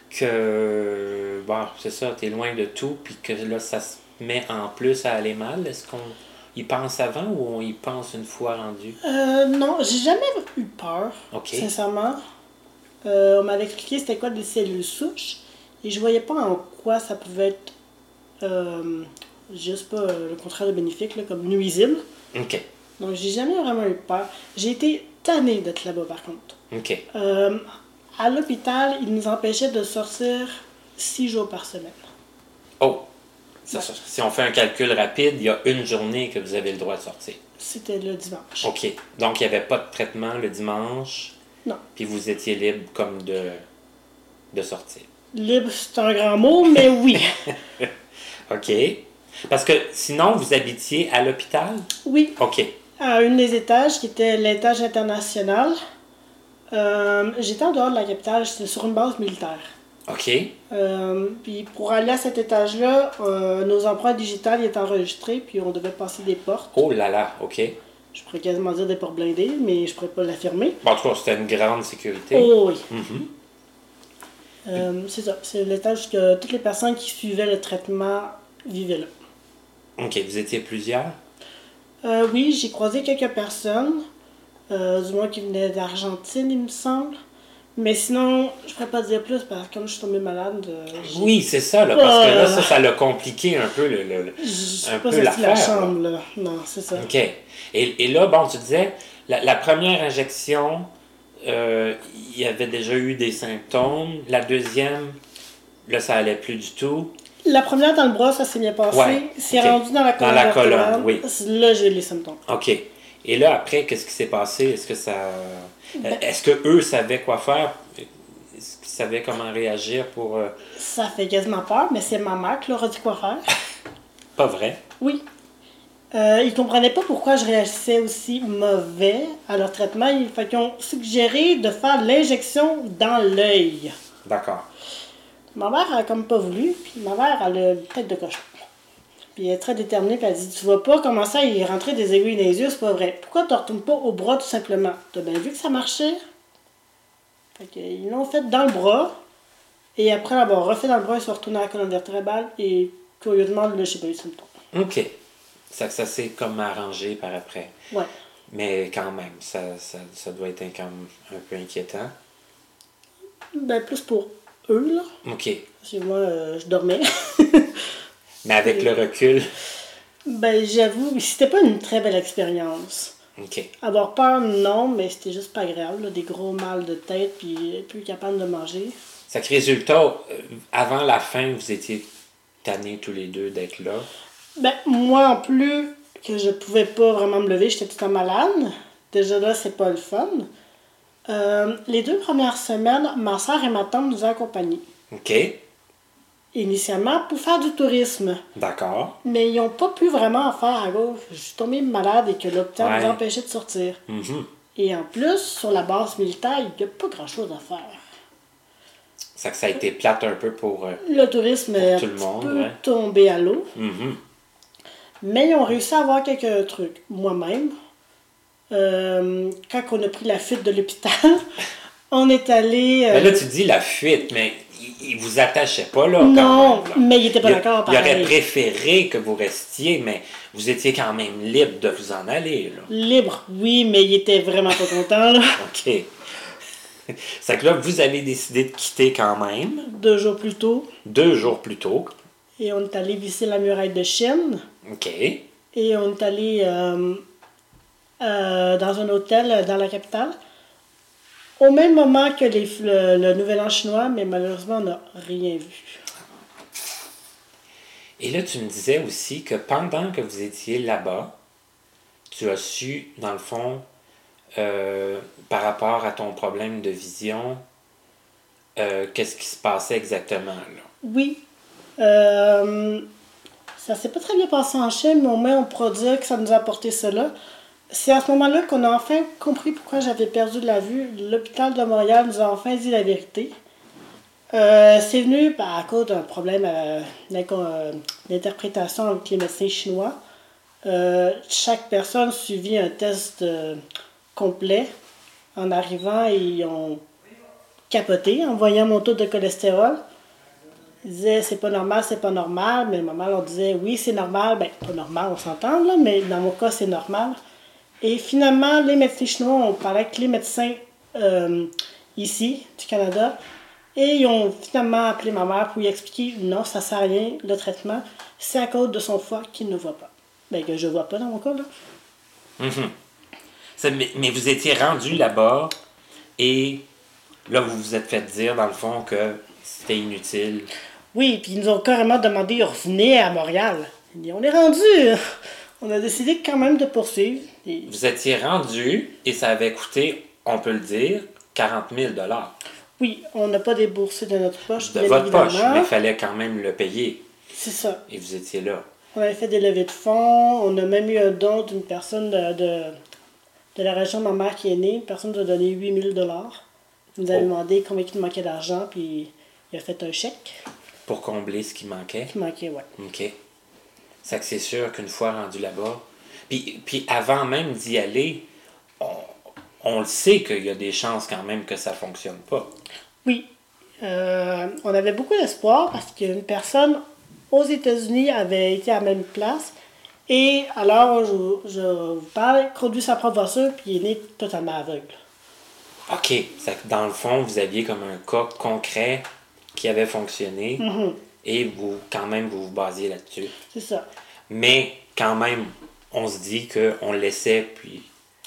que, bon, c'est ça, tu es loin de tout, puis que là, ça se met en plus à aller mal. Est-ce qu'on y pense avant ou on y pense une fois rendu? euh, non, j'ai jamais eu peur, OK. sincèrement. Euh, on m'avait expliqué c'était quoi des cellules souches, et je voyais pas en quoi ça pouvait être euh, juste pas euh, le contraire de bénéfique, là, comme nuisible. OK. Donc j'ai jamais vraiment eu peur. J'ai été tannée d'être là-bas par contre. OK. Euh, à l'hôpital, ils nous empêchaient de sortir six jours par semaine. Oh! Ça, Ouais. ça, si on fait un calcul rapide, il y a une journée que vous avez le droit de sortir. C'était le dimanche. OK. Donc, il n'y avait pas de traitement le dimanche. Non. Puis vous étiez libre comme de, de sortir. Libre, c'est un grand mot, mais oui. OK. Parce que sinon, vous habitiez à l'hôpital? Oui, OK. à une des étages, qui était l'étage international. Euh, j'étais en dehors de la capitale, j'étais sur une base militaire. OK. Euh, puis pour aller à cet étage-là, euh, nos empreintes digitales étaient enregistrées, puis on devait passer des portes. Oh là là, OK. Je pourrais quasiment dire des portes blindées, mais je pourrais pas l'affirmer. Bon, en tout cas, c'était une grande sécurité. Oh oui. Mhm. Euh, c'est ça, c'est l'étage que toutes les personnes qui suivaient le traitement vivaient là. OK. Vous étiez plusieurs? Euh, oui, j'ai croisé quelques personnes, euh, du moins qui venaient d'Argentine, il me semble. Mais sinon, je pourrais pas dire plus parce que comme je suis tombée malade, euh, j'ai- Oui, c'est ça, là, parce que là, Oh. ça, ça l'a compliqué un peu le, le- le- je suis un pas peu sortie de la l'affaire, chambre là. Non, c'est ça. OK. Et, et là, bon, tu disais, la, la première injection, euh, il y avait déjà eu des symptômes. La deuxième, là, ça allait plus du tout. La première dans le bras, ça s'est bien passé. Ouais, C'est ok. rendu dans la Dans colonne. la colonne, vertébrale. oui. Là, j'ai les symptômes. OK. Et là, après, qu'est-ce qui s'est passé? Est-ce que ça... Ben- Est-ce que eux savaient quoi faire? Est-ce qu'ils savaient comment réagir pour... euh, Ça fait quasiment peur, mais c'est ma mère qui leur a dit quoi faire. Pas vrai? Oui. Euh, ils comprenaient pas pourquoi je réagissais aussi mauvais à leur traitement. Ils, fait qu'ils ont suggéré de faire l'injection dans l'œil. D'accord. Ma mère a comme pas voulu, puis ma mère elle a une tête de cochon. Puis elle est très déterminée, puis elle dit tu vas pas commencer à y rentrer des aiguilles dans les yeux, c'est pas vrai. Pourquoi tu retournes pas au bras tout simplement? T'as bien vu que ça marchait? Fait qu'ils l'ont fait dans le bras, et après l'avoir refait dans le bras, ils sont retournés à la colonne vertébrale, et curieusement, là, j'ai pas eu de symptômes. OK. Ça, ça s'est comme arrangé par après. Ouais. Mais quand même, ça, ça, ça doit être un, quand même un peu inquiétant. Ben, plus pour eux, là. OK. Parce que moi, euh, je dormais. Mais avec le recul, Ben, j'avoue, c'était pas une très belle expérience. OK. Avoir peur, non, mais c'était juste pas agréable, là, des gros mal de tête, puis plus capable de manger. Ça que résultat, euh, avant la fin, vous étiez tannés tous les deux d'être là. Ben, moi, en plus que je pouvais pas vraiment me lever, j'étais tout le temps malade. Déjà là, c'est pas le fun. Euh, les deux premières semaines, ma soeur et ma tante nous ont accompagnés. OK. Initialement, pour faire du tourisme. D'accord. Mais ils n'ont pas pu vraiment en faire à gauche. Je suis tombée malade et que l'hôpital Ouais. nous empêchait de sortir. Mhm. Et en plus, sur la base militaire, il n'y a pas grand-chose à faire. Ça que ça a été plate un peu pour... euh, Le tourisme Pour est un tout le petit monde, peu ouais. tombé à l'eau. mhm. Mais ils ont réussi à avoir quelques trucs. Moi-même, euh, quand on a pris la fuite de l'hôpital, on est allé... euh, Mais là, tu dis la fuite, mais il, il vous attachait pas là, non, quand même. Là. mais il n'était pas Il, d'accord, il aurait pareil. préféré que vous restiez, mais vous étiez quand même libre de vous en aller, là. Libre, oui, mais il était vraiment pas content, là. OK. C'est que là, vous avez décidé de quitter quand même, Deux jours plus tôt. deux jours plus tôt. Et on est allé visiter la muraille de Chine. OK. Et on est allé euh, euh, dans un hôtel euh, dans la capitale. Au même moment que les, le, le Nouvel An chinois, mais malheureusement, on n'a rien vu. Et là, tu me disais aussi que pendant que vous étiez là-bas, tu as su, dans le fond, euh, par rapport à ton problème de vision, euh, qu'est-ce qui se passait exactement, là. Oui. Euh, ça s'est pas très bien passé en Chine, mais au moins on pourra dire que ça nous a apporté cela. C'est à ce moment-là qu'on a enfin compris pourquoi j'avais perdu de la vue. L'hôpital de Montréal nous a enfin dit la vérité. Euh, c'est venu par, à cause d'un problème euh, d'inco- euh, d'interprétation avec les médecins chinois. Euh, chaque personne suivit un test euh, complet. En arrivant, ils ont capoté en voyant mon taux de cholestérol. Ils disaient c'est pas normal, c'est pas normal. Mais maman leur disait oui, c'est normal. Ben, pas normal, on s'entend, là, mais dans mon cas, c'est normal. Et finalement, les médecins chinois ont parlé avec les médecins euh, ici, du Canada. Et ils ont finalement appelé ma mère pour lui expliquer non, ça ne sert à rien, le traitement. C'est à cause de son foie qu'il ne voit pas. Ben, que je ne vois pas dans mon cas, là. Mhm. Ça, mais, mais vous étiez rendu là-bas et là, vous vous êtes fait dire, dans le fond, que c'était inutile. Oui, puis ils nous ont carrément demandé, revenez à Montréal. Ils disent, on est rendu. On a décidé quand même de poursuivre. Et Vous étiez rendu et ça avait coûté, on peut le dire, quarante mille dollars oui, on n'a pas déboursé de notre poche, de bien votre poche, évidemment. mais il fallait quand même le payer. C'est ça. Et vous étiez là. On avait fait des levées de fonds. On a même eu un don d'une personne de, de, de la région de ma mère qui est née. Une personne nous a donné huit mille dollars. Il nous avait Oh. demandé combien il nous manquait d'argent, puis il a fait un chèque Pour combler ce qui manquait. qui manquait, ouais. OK. C'est que c'est sûr qu'une fois rendu là-bas, puis, puis avant même d'y aller, on, on le sait qu'il y a des chances quand même que ça fonctionne pas. Oui. Euh, on avait beaucoup d'espoir parce qu'une personne aux États-Unis avait été à la même place. Et alors, je, je vous parle, conduit sa propre voiture, puis il est né totalement aveugle. OK. C'est que dans le fond, vous aviez comme un cas concret qui avait fonctionné Mhm. et vous, quand même, vous vous basiez là-dessus. C'est ça. Mais quand même, on se dit qu'on le laissait, puis...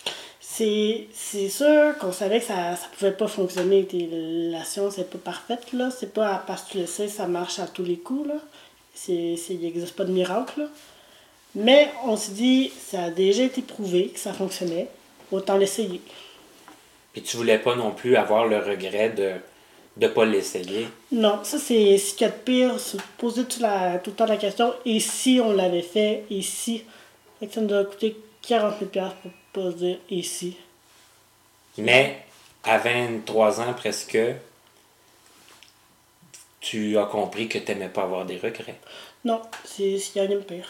C'est, c'est sûr qu'on savait que ça ne pouvait pas fonctionner. T'es- La science n'est pas parfaite, là. C'est pas parce que tu le sais, ça marche à tous les coups, là. C'est, c'est, il n'existe pas de miracle, là. Mais on s'est dit, ça a déjà été prouvé que ça fonctionnait. Autant l'essayer. Puis tu voulais pas non plus avoir le regret de ne pas l'essayer. Non, ça c'est ce qu'il y a de pire, se poser tout, la, tout le temps la question, et si on l'avait fait, et si. Fait que ça nous a coûté quarante mille dollars pour pas se dire et si. Mais à vingt-trois ans presque, tu as compris que tu n'aimais pas avoir des regrets. Non, c'est ce qu'il y a de pire.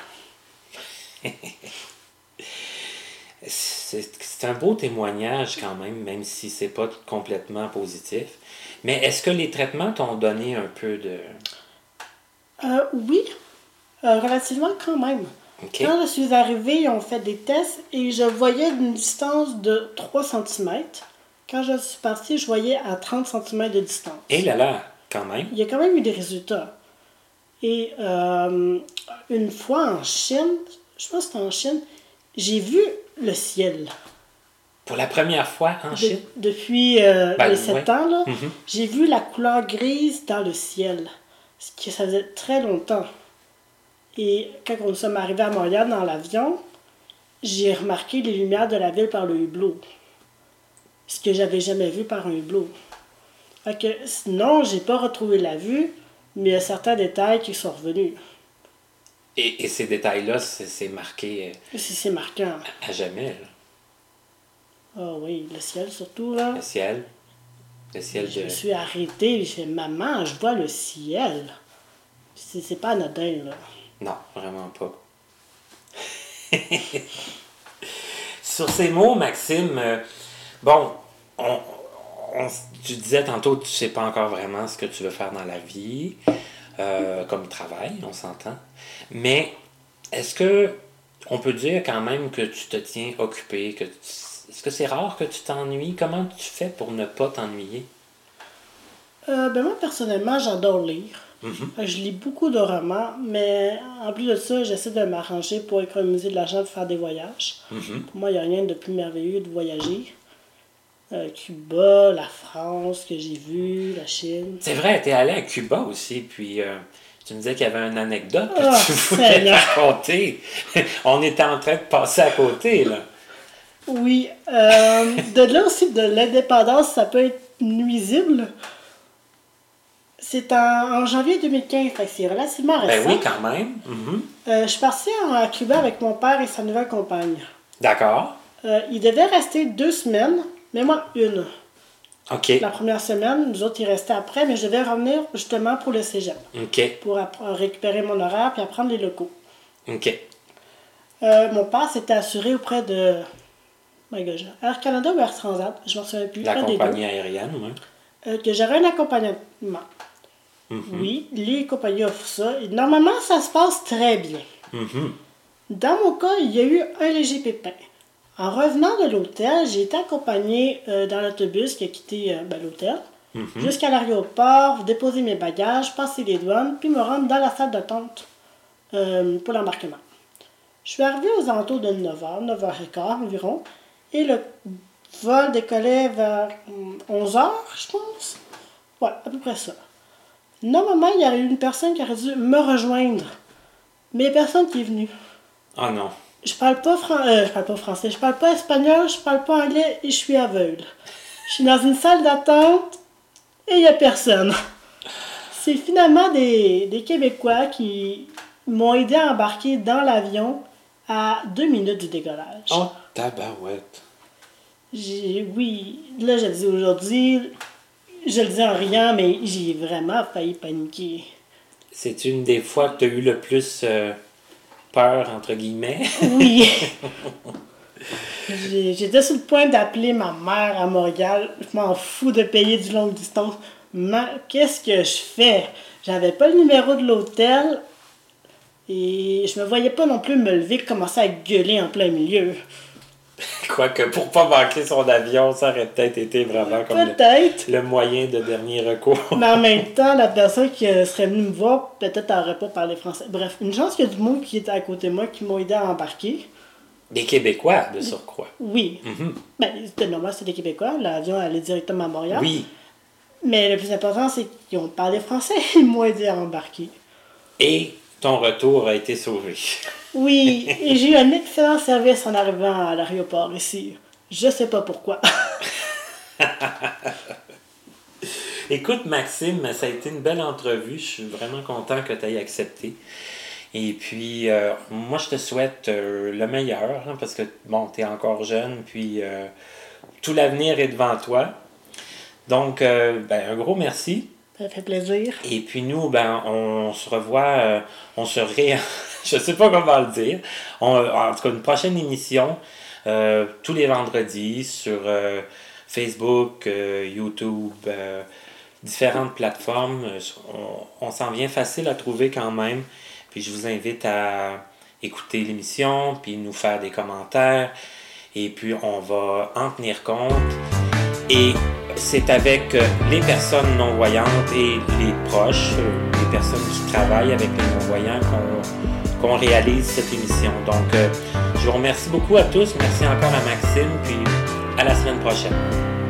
C'est, c'est un beau témoignage quand même, même si c'est pas complètement positif. Mais est-ce que les traitements t'ont donné un peu de... Euh, oui, euh, relativement quand même. OK. Quand je suis arrivée, ils ont fait des tests et je voyais d'une distance de trois centimètres. Quand je suis partie, je voyais à trente centimètres de distance. Et là là, quand même. Il y a quand même eu des résultats. Et euh, une fois en Chine, je pense que c'était en Chine, j'ai vu le ciel. Pour la première fois en De- Chine. depuis euh, Ben, les sept ouais. ans, là, Mhm. j'ai vu la couleur grise dans le ciel. Ce qui ça faisait très longtemps. Et quand nous sommes arrivés à Montréal dans l'avion, j'ai remarqué les lumières de la ville par le hublot. ce que j'avais jamais vu par un hublot. Fait que sinon, j'ai pas retrouvé la vue, mais il y a certains détails qui sont revenus. Et, et ces détails-là, c'est, c'est marqué C'est, c'est marquant. à, à jamais. Là. Ah oui, le ciel surtout, là. Le ciel. Le ciel Je de... me suis arrêtée et j'ai fait, maman, je vois le ciel. C'est, c'est pas anodin, là. Non, vraiment pas. Sur ces mots, Maxime, euh, bon, on, on, tu disais tantôt que tu sais pas encore vraiment ce que tu veux faire dans la vie, euh, comme travail, on s'entend. Mais est-ce que on peut dire quand même que tu te tiens occupé, que tu, est-ce que c'est rare que tu t'ennuies? Comment tu fais pour ne pas t'ennuyer? Euh, ben moi, personnellement, j'adore lire. Mm-hmm. Je lis beaucoup de romans, mais en plus de ça, j'essaie de m'arranger pour économiser de l'argent pour faire des voyages. Mm-hmm. Pour moi, il n'y a rien de plus merveilleux de voyager. Euh, Cuba, la France, que j'ai vu, la Chine. C'est vrai, tu es allé à Cuba aussi, puis euh, tu me disais qu'il y avait une anecdote que Oh, tu voulais Seigneur. raconter. On était en train de passer à côté, là. Oui, euh, de là aussi, de l'indépendance, ça peut être nuisible. C'est en, en janvier deux mille quinze, fait que c'est relativement Ben récent. oui, quand même. Mhm. Euh, je suis partie en- à Cuba avec mon père et sa nouvelle compagne. D'accord. Euh, il devait rester deux semaines, mais moi une. OK. La première semaine, nous autres, ils restaient après, mais je devais revenir justement pour le cégep, OK. pour app- récupérer mon horaire puis apprendre les locaux. OK. Euh, mon père s'était assuré auprès de my God, Air Canada ou Air Transat, je m'en souviens plus, La un des deux, compagnie aérienne, oui. euh, que j'aurais un accompagnement. Mhm. Oui, les compagnies offrent ça. Et normalement, ça se passe très bien. Mhm. Dans mon cas, il y a eu un léger pépin. En revenant de l'hôtel, j'ai été accompagnée euh, dans l'autobus qui a quitté euh, ben, l'hôtel Mhm. jusqu'à l'aéroport, déposer mes bagages, passer les douanes, puis me rendre dans la salle d'attente euh, pour l'embarquement. Je suis arrivée aux alentours de neuf heures, neuf heures quinze environ, et le vol décollait vers hum, onze heures, je pense. Ouais, à peu près ça. Normalement, il y aurait eu une personne qui aurait dû me rejoindre, mais il n'y a personne qui est venue. Ah non. Je parle pas fran- euh, je parle pas français, je parle pas espagnol, je parle pas anglais et je suis aveugle. Je suis dans une salle d'attente et il y a personne. C'est finalement des, des Québécois qui m'ont aidé à embarquer dans l'avion à deux minutes du décollage. Oh, tabarouette. J'ai, oui, là je le dis aujourd'hui, je le dis en riant, mais j'ai vraiment failli paniquer. C'est une des fois que tu as eu le plus euh, peur, entre guillemets. Oui. J'ai- J'étais sur le point d'appeler ma mère à Montréal. Je m'en fous de payer du longue distance. Ma- Qu'est-ce que je fais? J'avais pas le numéro de l'hôtel et je me voyais pas non plus me lever et commencer à gueuler en plein milieu. Quoique, pour pas manquer son avion, ça aurait peut-être été vraiment comme le, Peut-être. le moyen de dernier recours. Mais en même temps, la personne qui euh, serait venue me voir, peut-être n'aurait pas parlé français. Bref, une chance qu'il y a du monde qui était à côté de moi qui m'ont aidé à embarquer. Des Québécois, de surcroît. Oui. Mhm. Ben, c'était normal, c'était des Québécois. L'avion allait directement à Montréal. Oui. Mais le plus important, c'est qu'ils ont parlé français. Ils m'ont aidé à embarquer. Et ton retour a été sauvé. Oui, et j'ai eu un excellent service en arrivant à l'aéroport ici. Je sais pas pourquoi. Écoute, Maxime, ça a été une belle entrevue. Je suis vraiment content que tu aies accepté. Et puis, euh, moi, je te souhaite euh, le meilleur, hein, parce que, bon, tu es encore jeune, puis euh, tout l'avenir est devant toi. Donc, euh, ben, un gros merci. Ça fait plaisir. Et puis nous, ben, on se revoit, euh, on se ré... je sais pas comment le dire. On, en tout cas, une prochaine émission, euh, tous les vendredis, sur euh, Facebook, euh, YouTube, euh, différentes plateformes. On, on s'en vient facile à trouver quand même. Puis je vous invite à écouter l'émission, puis nous faire des commentaires. Et puis on va en tenir compte. Et c'est avec les personnes non-voyantes et les proches, les personnes qui travaillent avec les non-voyants qu'on, qu'on réalise cette émission. Donc, euh, je vous remercie beaucoup à tous. Merci encore à Maxime, puis à la semaine prochaine.